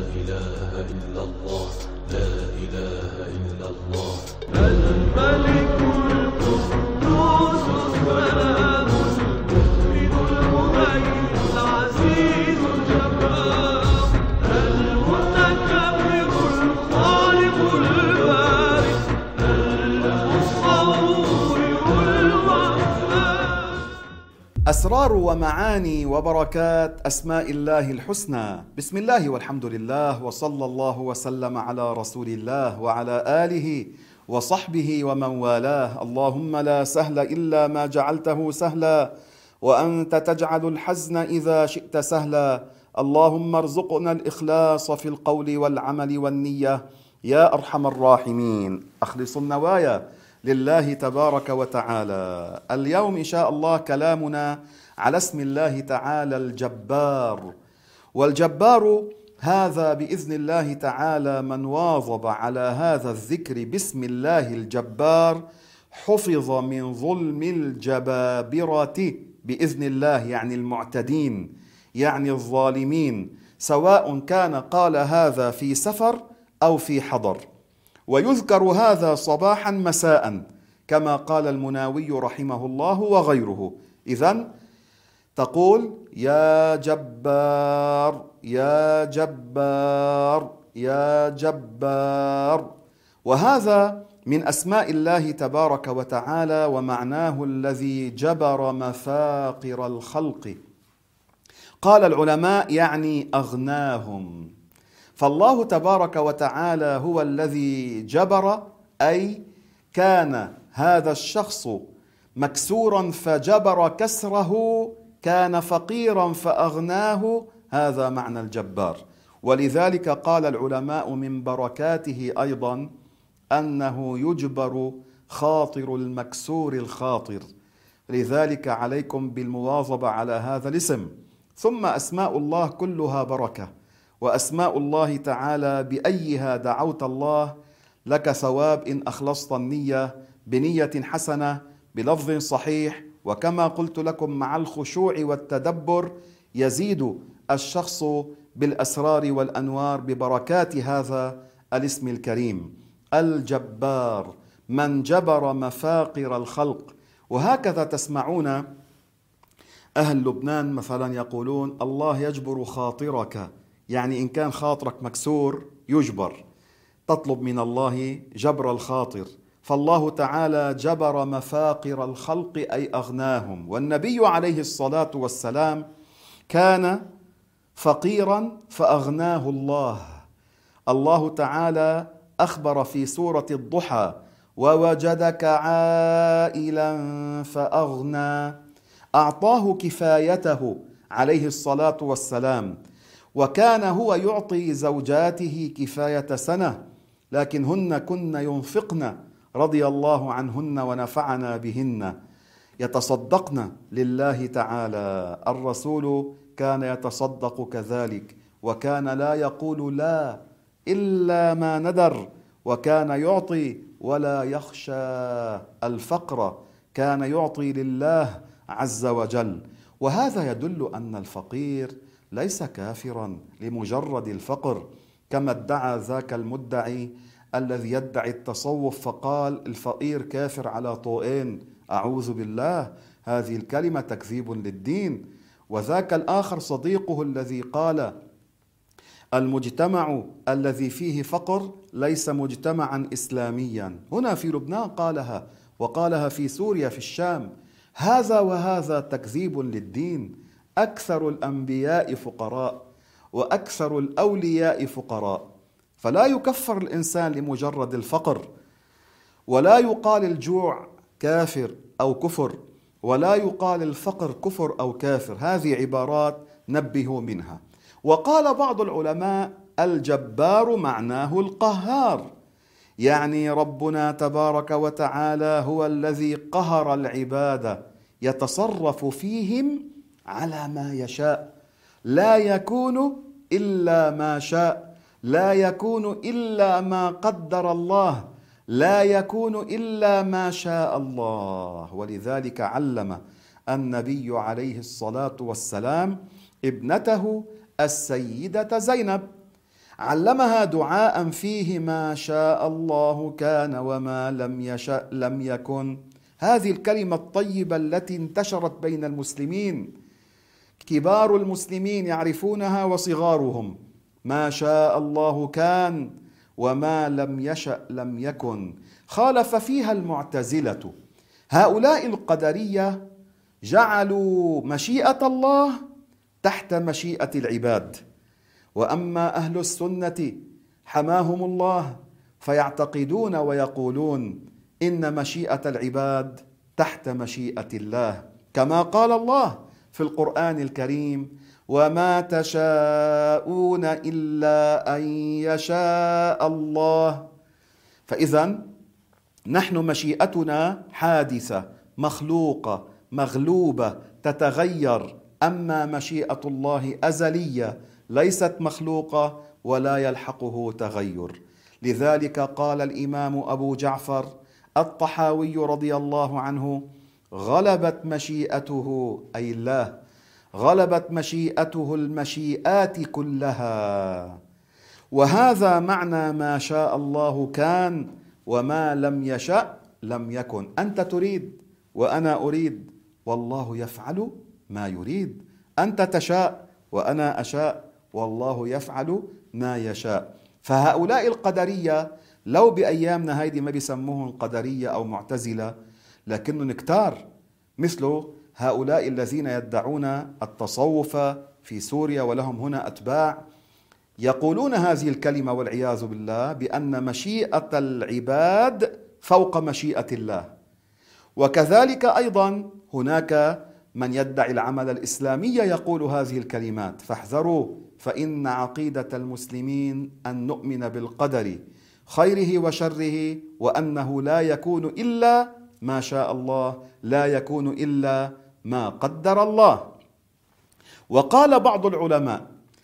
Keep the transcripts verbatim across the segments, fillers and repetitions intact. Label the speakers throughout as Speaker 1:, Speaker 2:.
Speaker 1: إله إلا الله، لا إله إلا الله.
Speaker 2: الملك القدوس السلام المؤمن المهيمن العزيز الجبار المتكبر الخالق البارئ المصور الوهاب.
Speaker 3: أسرار ومعاني وبركات أسماء الله الحسنى. بسم الله والحمد لله، وصلى الله وسلم على رسول الله وعلى آله وصحبه ومن والاه. اللهم لا سهل إلا ما جعلته سهلا، وأنت تجعل الحزن إذا شئت سهلا. اللهم ارزقنا الإخلاص في القول والعمل والنية يا أرحم الراحمين. أخلص النوايا لله تبارك وتعالى. اليوم إن شاء الله كلامنا على اسم الله تعالى الجبار. والجبار هذا بإذن الله تعالى من واظب على هذا الذكر باسم الله الجبار حفظ من ظلم الجبابرة بإذن الله، يعني المعتدين، يعني الظالمين، سواء كان قال هذا في سفر أو في حضر. ويذكر هذا صباحا مساء كما قال المناوي رحمه الله وغيره. إذن تقول يا جبار يا جبار يا جبار. وهذا من أسماء الله تبارك وتعالى، ومعناه الذي جبر مفاقر الخلق. قال العلماء يعني أغناهم. فالله تبارك وتعالى هو الذي جبر، أي كان هذا الشخص مكسورا فجبر كسره، كان فقيرا فأغناه، هذا معنى الجبار. ولذلك قال العلماء من بركاته أيضا أنه يجبر خاطر المكسور الخاطر. لذلك عليكم بالمواظبة على هذا الاسم. ثم أسماء الله كلها بركة، وأسماء الله تعالى بأيها دعوت الله لك ثواب إن أخلصت النية بنية حسنة بلفظ صحيح. وكما قلت لكم مع الخشوع والتدبر يزيد الشخص بالأسرار والأنوار ببركات هذا الاسم الكريم الجبار، من جبر مفاقر الخلق. وهكذا تسمعون أهل لبنان مثلا يقولون الله يجبر خاطرك، يعني إن كان خاطرك مكسور يجبر، تطلب من الله جبر الخاطر. فالله تعالى جبر مفاقر الخلق أي أغناهم. والنبي عليه الصلاة والسلام كان فقيرا فأغناه الله. الله تعالى أخبر في سورة الضحى ووجدك عائلا فأغنى، أعطاه كفايته عليه الصلاة والسلام. وكان هو يعطي زوجاته كفاية سنة، لكن هن كن ينفقن رضي الله عنهن ونفعنا بهن، يتصدقن لله تعالى. الرسول كان يتصدق كذلك، وكان لا يقول لا إلا ما ندر، وكان يعطي ولا يخشى الفقر، كان يعطي لله عز وجل. وهذا يدل أن الفقير ليس كافرا لمجرد الفقر، كما ادعى ذاك المدعي الذي يدعي التصوف فقال الفقير كافر على طوئين. أعوذ بالله، هذه الكلمة تكذيب للدين. وذاك الآخر صديقه الذي قال المجتمع الذي فيه فقر ليس مجتمعا إسلاميا، هنا في لبنان قالها، وقالها في سوريا في الشام. هذا وهذا تكذيب للدين. أكثر الأنبياء فقراء، وأكثر الأولياء فقراء. فلا يكفر الإنسان لمجرد الفقر، ولا يقال الجوع كافر أو كفر، ولا يقال الفقر كفر أو كافر. هذه عبارات نبهوا منها. وقال بعض العلماء الجبار معناه القهار، يعني ربنا تبارك وتعالى هو الذي قهر العباد، يتصرف فيهم على ما يشاء، لا يكون إلا ما شاء، لا يكون إلا ما قدر الله، لا يكون إلا ما شاء الله. ولذلك علم النبي عليه الصلاة والسلام ابنته السيدة زينب علمها دعاء فيه ما شاء الله كان وما لم يشأ لم يكن. هذه الكلمة الطيبة التي انتشرت بين المسلمين، كبار المسلمين يعرفونها وصغارهم، ما شاء الله كان وما لم يشأ لم يكن. خالف فيها المعتزلة. هؤلاء القدرية جعلوا مشيئة الله تحت مشيئة العباد، وأما أهل السنة حماهم الله فيعتقدون ويقولون إن مشيئة العباد تحت مشيئة الله، كما قال الله في القرآن الكريم: وما تشاءون إلا أن يشاء الله. فإذا نحن مشيئتنا حادثة مخلوقة مغلوبة تتغير، أما مشيئة الله أزلية ليست مخلوقة ولا يلحقه تغير. لذلك قال الإمام أبو جعفر الطحاوي رضي الله عنه: غلبت مشيئته أي الله غلبت مشيئته المشيئات كلها. وهذا معنى ما شاء الله كان وما لم يشأ لم يكن. أنت تريد وأنا أريد والله يفعل ما يريد، أنت تشاء وأنا أشاء والله يفعل ما يشاء. فهؤلاء القدرية لو بأيامنا هيدي ما بيسموهم قدرية أو معتزلة، لكنهم كتار مثل هؤلاء الذين يدعون التصوف في سوريا ولهم هنا أتباع، يقولون هذه الكلمة والعياذ بالله بأن مشيئة العباد فوق مشيئة الله. وكذلك أيضا هناك من يدعي العمل الإسلامي يقول هذه الكلمات، فاحذروا، فإن عقيدة المسلمين أن نؤمن بالقدر خيره وشره، وأنه لا يكون إلا ما شاء الله، لا يكون إلا ما قدر الله. وقال بعض العلماء: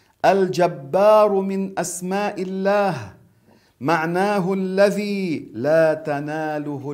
Speaker 3: الجبار من أسماء الله معناه الذي لا تناله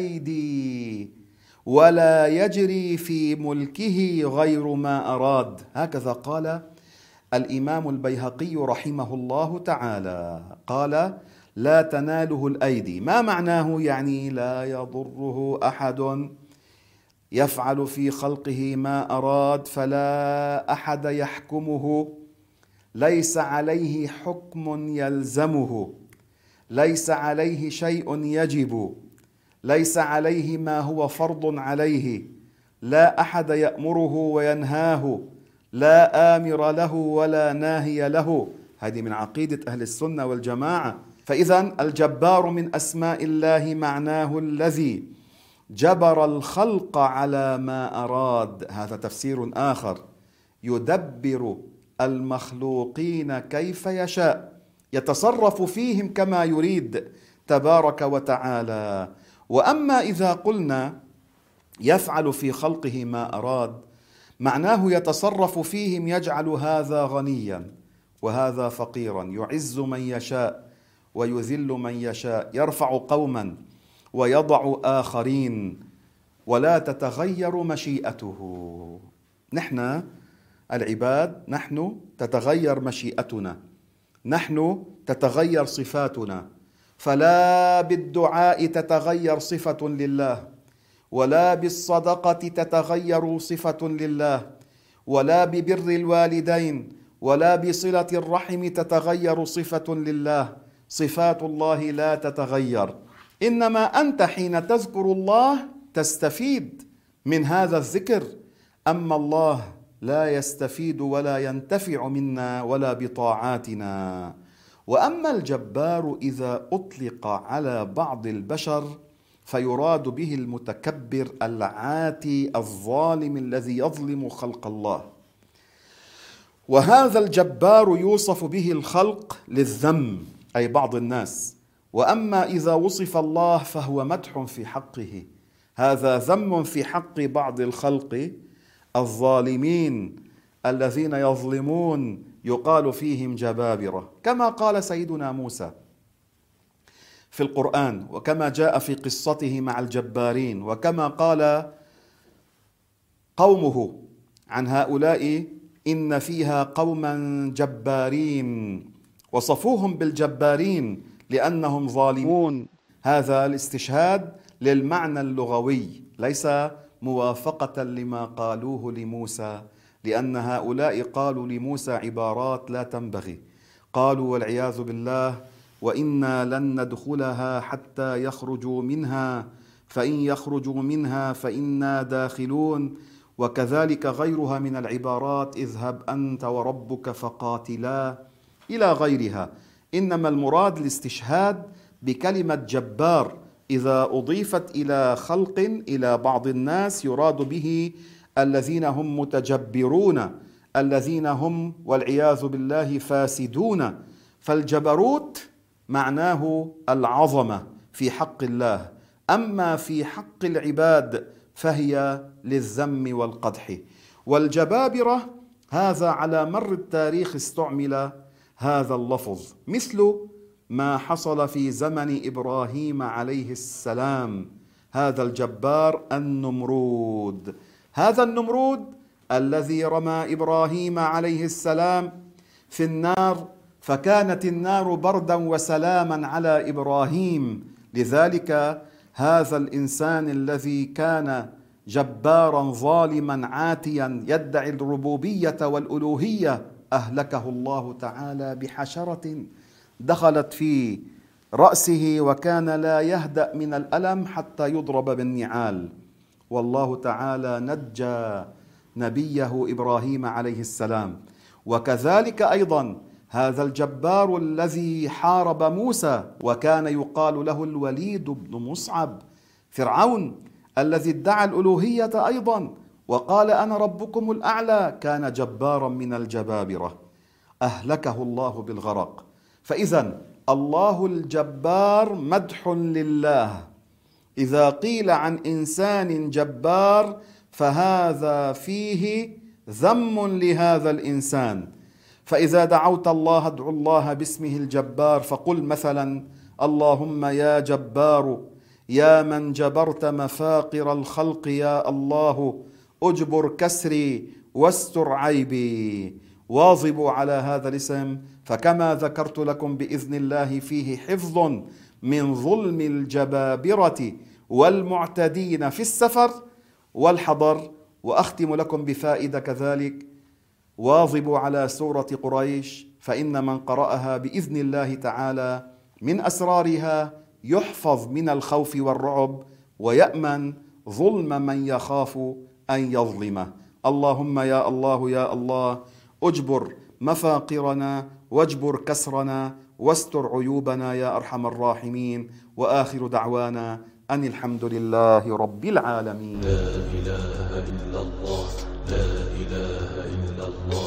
Speaker 3: الأيدي ولا يجري في ملكه غير ما أراد. هكذا قال الإمام البيهقي رحمه الله تعالى، قال: لا تناله الأيدي. ما معناه؟ يعني لا يضره أحد، يفعل في خلقه ما أراد، فلا أحد يحكمه، ليس عليه حكم يلزمه، ليس عليه شيء يجب، ليس عليه ما هو فرض عليه، لا أحد يأمره وينهاه، لا آمر له ولا ناهي له. هذه من عقيدة أهل السنة والجماعة. فإذا الجبار من أسماء الله معناه الذي جبر الخلق على ما أراد. هذا تفسير آخر: يدبر المخلوقين كيف يشاء، يتصرف فيهم كما يريد تبارك وتعالى. وأما إذا قلنا يفعل في خلقه ما أراد، معناه يتصرف فيهم، يجعل هذا غنيا وهذا فقيرا، يعز من يشاء ويذل من يشاء، يرفع قوما ويضع آخرين، ولا تتغير مشيئته. نحن العباد، نحن تتغير مشيئتنا، نحن تتغير صفاتنا، فلا بالدعاء تتغير صفة لله، ولا بالصدقة تتغير صفة لله، ولا ببر الوالدين ولا بصلة الرحم تتغير صفة لله. صفات الله لا تتغير، إنما أنت حين تذكر الله تستفيد من هذا الذكر، أما الله لا يستفيد ولا ينتفع منا ولا بطاعاتنا. وأما الجبار إذا أطلق على بعض البشر فيراد به المتكبر العاتي الظالم الذي يظلم خلق الله، وهذا الجبار يوصف به الخلق للذم، أي بعض الناس. وأما إذا وصف الله فهو مدح في حقه، هذا ذم في حق بعض الخلق الظالمين الذين يظلمون، يقال فيهم جبابرة، كما قال سيدنا موسى في القرآن، وكما جاء في قصته مع الجبارين، وكما قال قومه عن هؤلاء: إن فيها قوما جبارين وصفوهم بالجبارين لأنهم ظالمون. هذا الاستشهاد للمعنى اللغوي ليس موافقة لما قالوه لموسى، لأن هؤلاء قالوا لموسى عبارات لا تنبغي. قالوا والعياذ بالله: وإنا لن ندخلها حتى يخرجوا منها فإن يخرجوا منها فإنا داخلون، وكذلك غيرها من العبارات: اذهب أنت وربك فقاتلا، إلى غيرها. إنما المراد الاستشهاد بكلمة جبار إذا أضيفت إلى خلق، إلى بعض الناس، يراد به الذين هم متجبرون، الذين هم والعياذ بالله فاسدون. فالجبروت معناه العظمة في حق الله، أما في حق العباد فهي للذم والقدح. والجبابرة هذا على مر التاريخ استعمل هذا اللفظ، مثل ما حصل في زمن إبراهيم عليه السلام. هذا الجبار النمرود، هذا النمرود الذي رمى إبراهيم عليه السلام في النار، فكانت النار بردا وسلاما على إبراهيم. لذلك هذا الإنسان الذي كان جبارا ظالما عاتيا يدعي الربوبية والألوهية أهلكه الله تعالى بحشرة دخلت في رأسه، وكان لا يهدأ من الألم حتى يضرب بالنعال. والله تعالى نجى نبيه إبراهيم عليه السلام. وكذلك أيضا هذا الجبار الذي حارب موسى وكان يقال له الوليد بن مصعب، فرعون الذي ادعى الألوهية أيضا وقال أنا ربكم الأعلى، كان جبارا من الجبابرة، أهلكه الله بالغرق. فإذا الله الجبار مدح لله. إذا قيل عن إنسان جبار فهذا فيه ذم لهذا الإنسان. فإذا دعوت الله ادعو الله باسمه الجبار، فقل مثلا: اللهم يا جبار يا من جبرت مفاقر الخلق، يا الله أجبر كسري واستر عيبي. واظبوا على هذا الاسم، فكما ذكرت لكم بإذن الله فيه حفظ من ظلم الجبابرة والمعتدين في السفر والحضر. وأختم لكم بفائدة كذلك: واظبوا على سورة قريش، فإن من قرأها بإذن الله تعالى من أسرارها يحفظ من الخوف والرعب ويأمن ظلم من يخاف أن يظلمه. اللهم يا الله يا الله أجبر مفاقرنا واجبر كسرنا واستر عيوبنا يا أرحم الراحمين. وآخر دعوانا أن الحمد لله رب العالمين.
Speaker 1: لا إله إلا الله، لا إله إلا الله.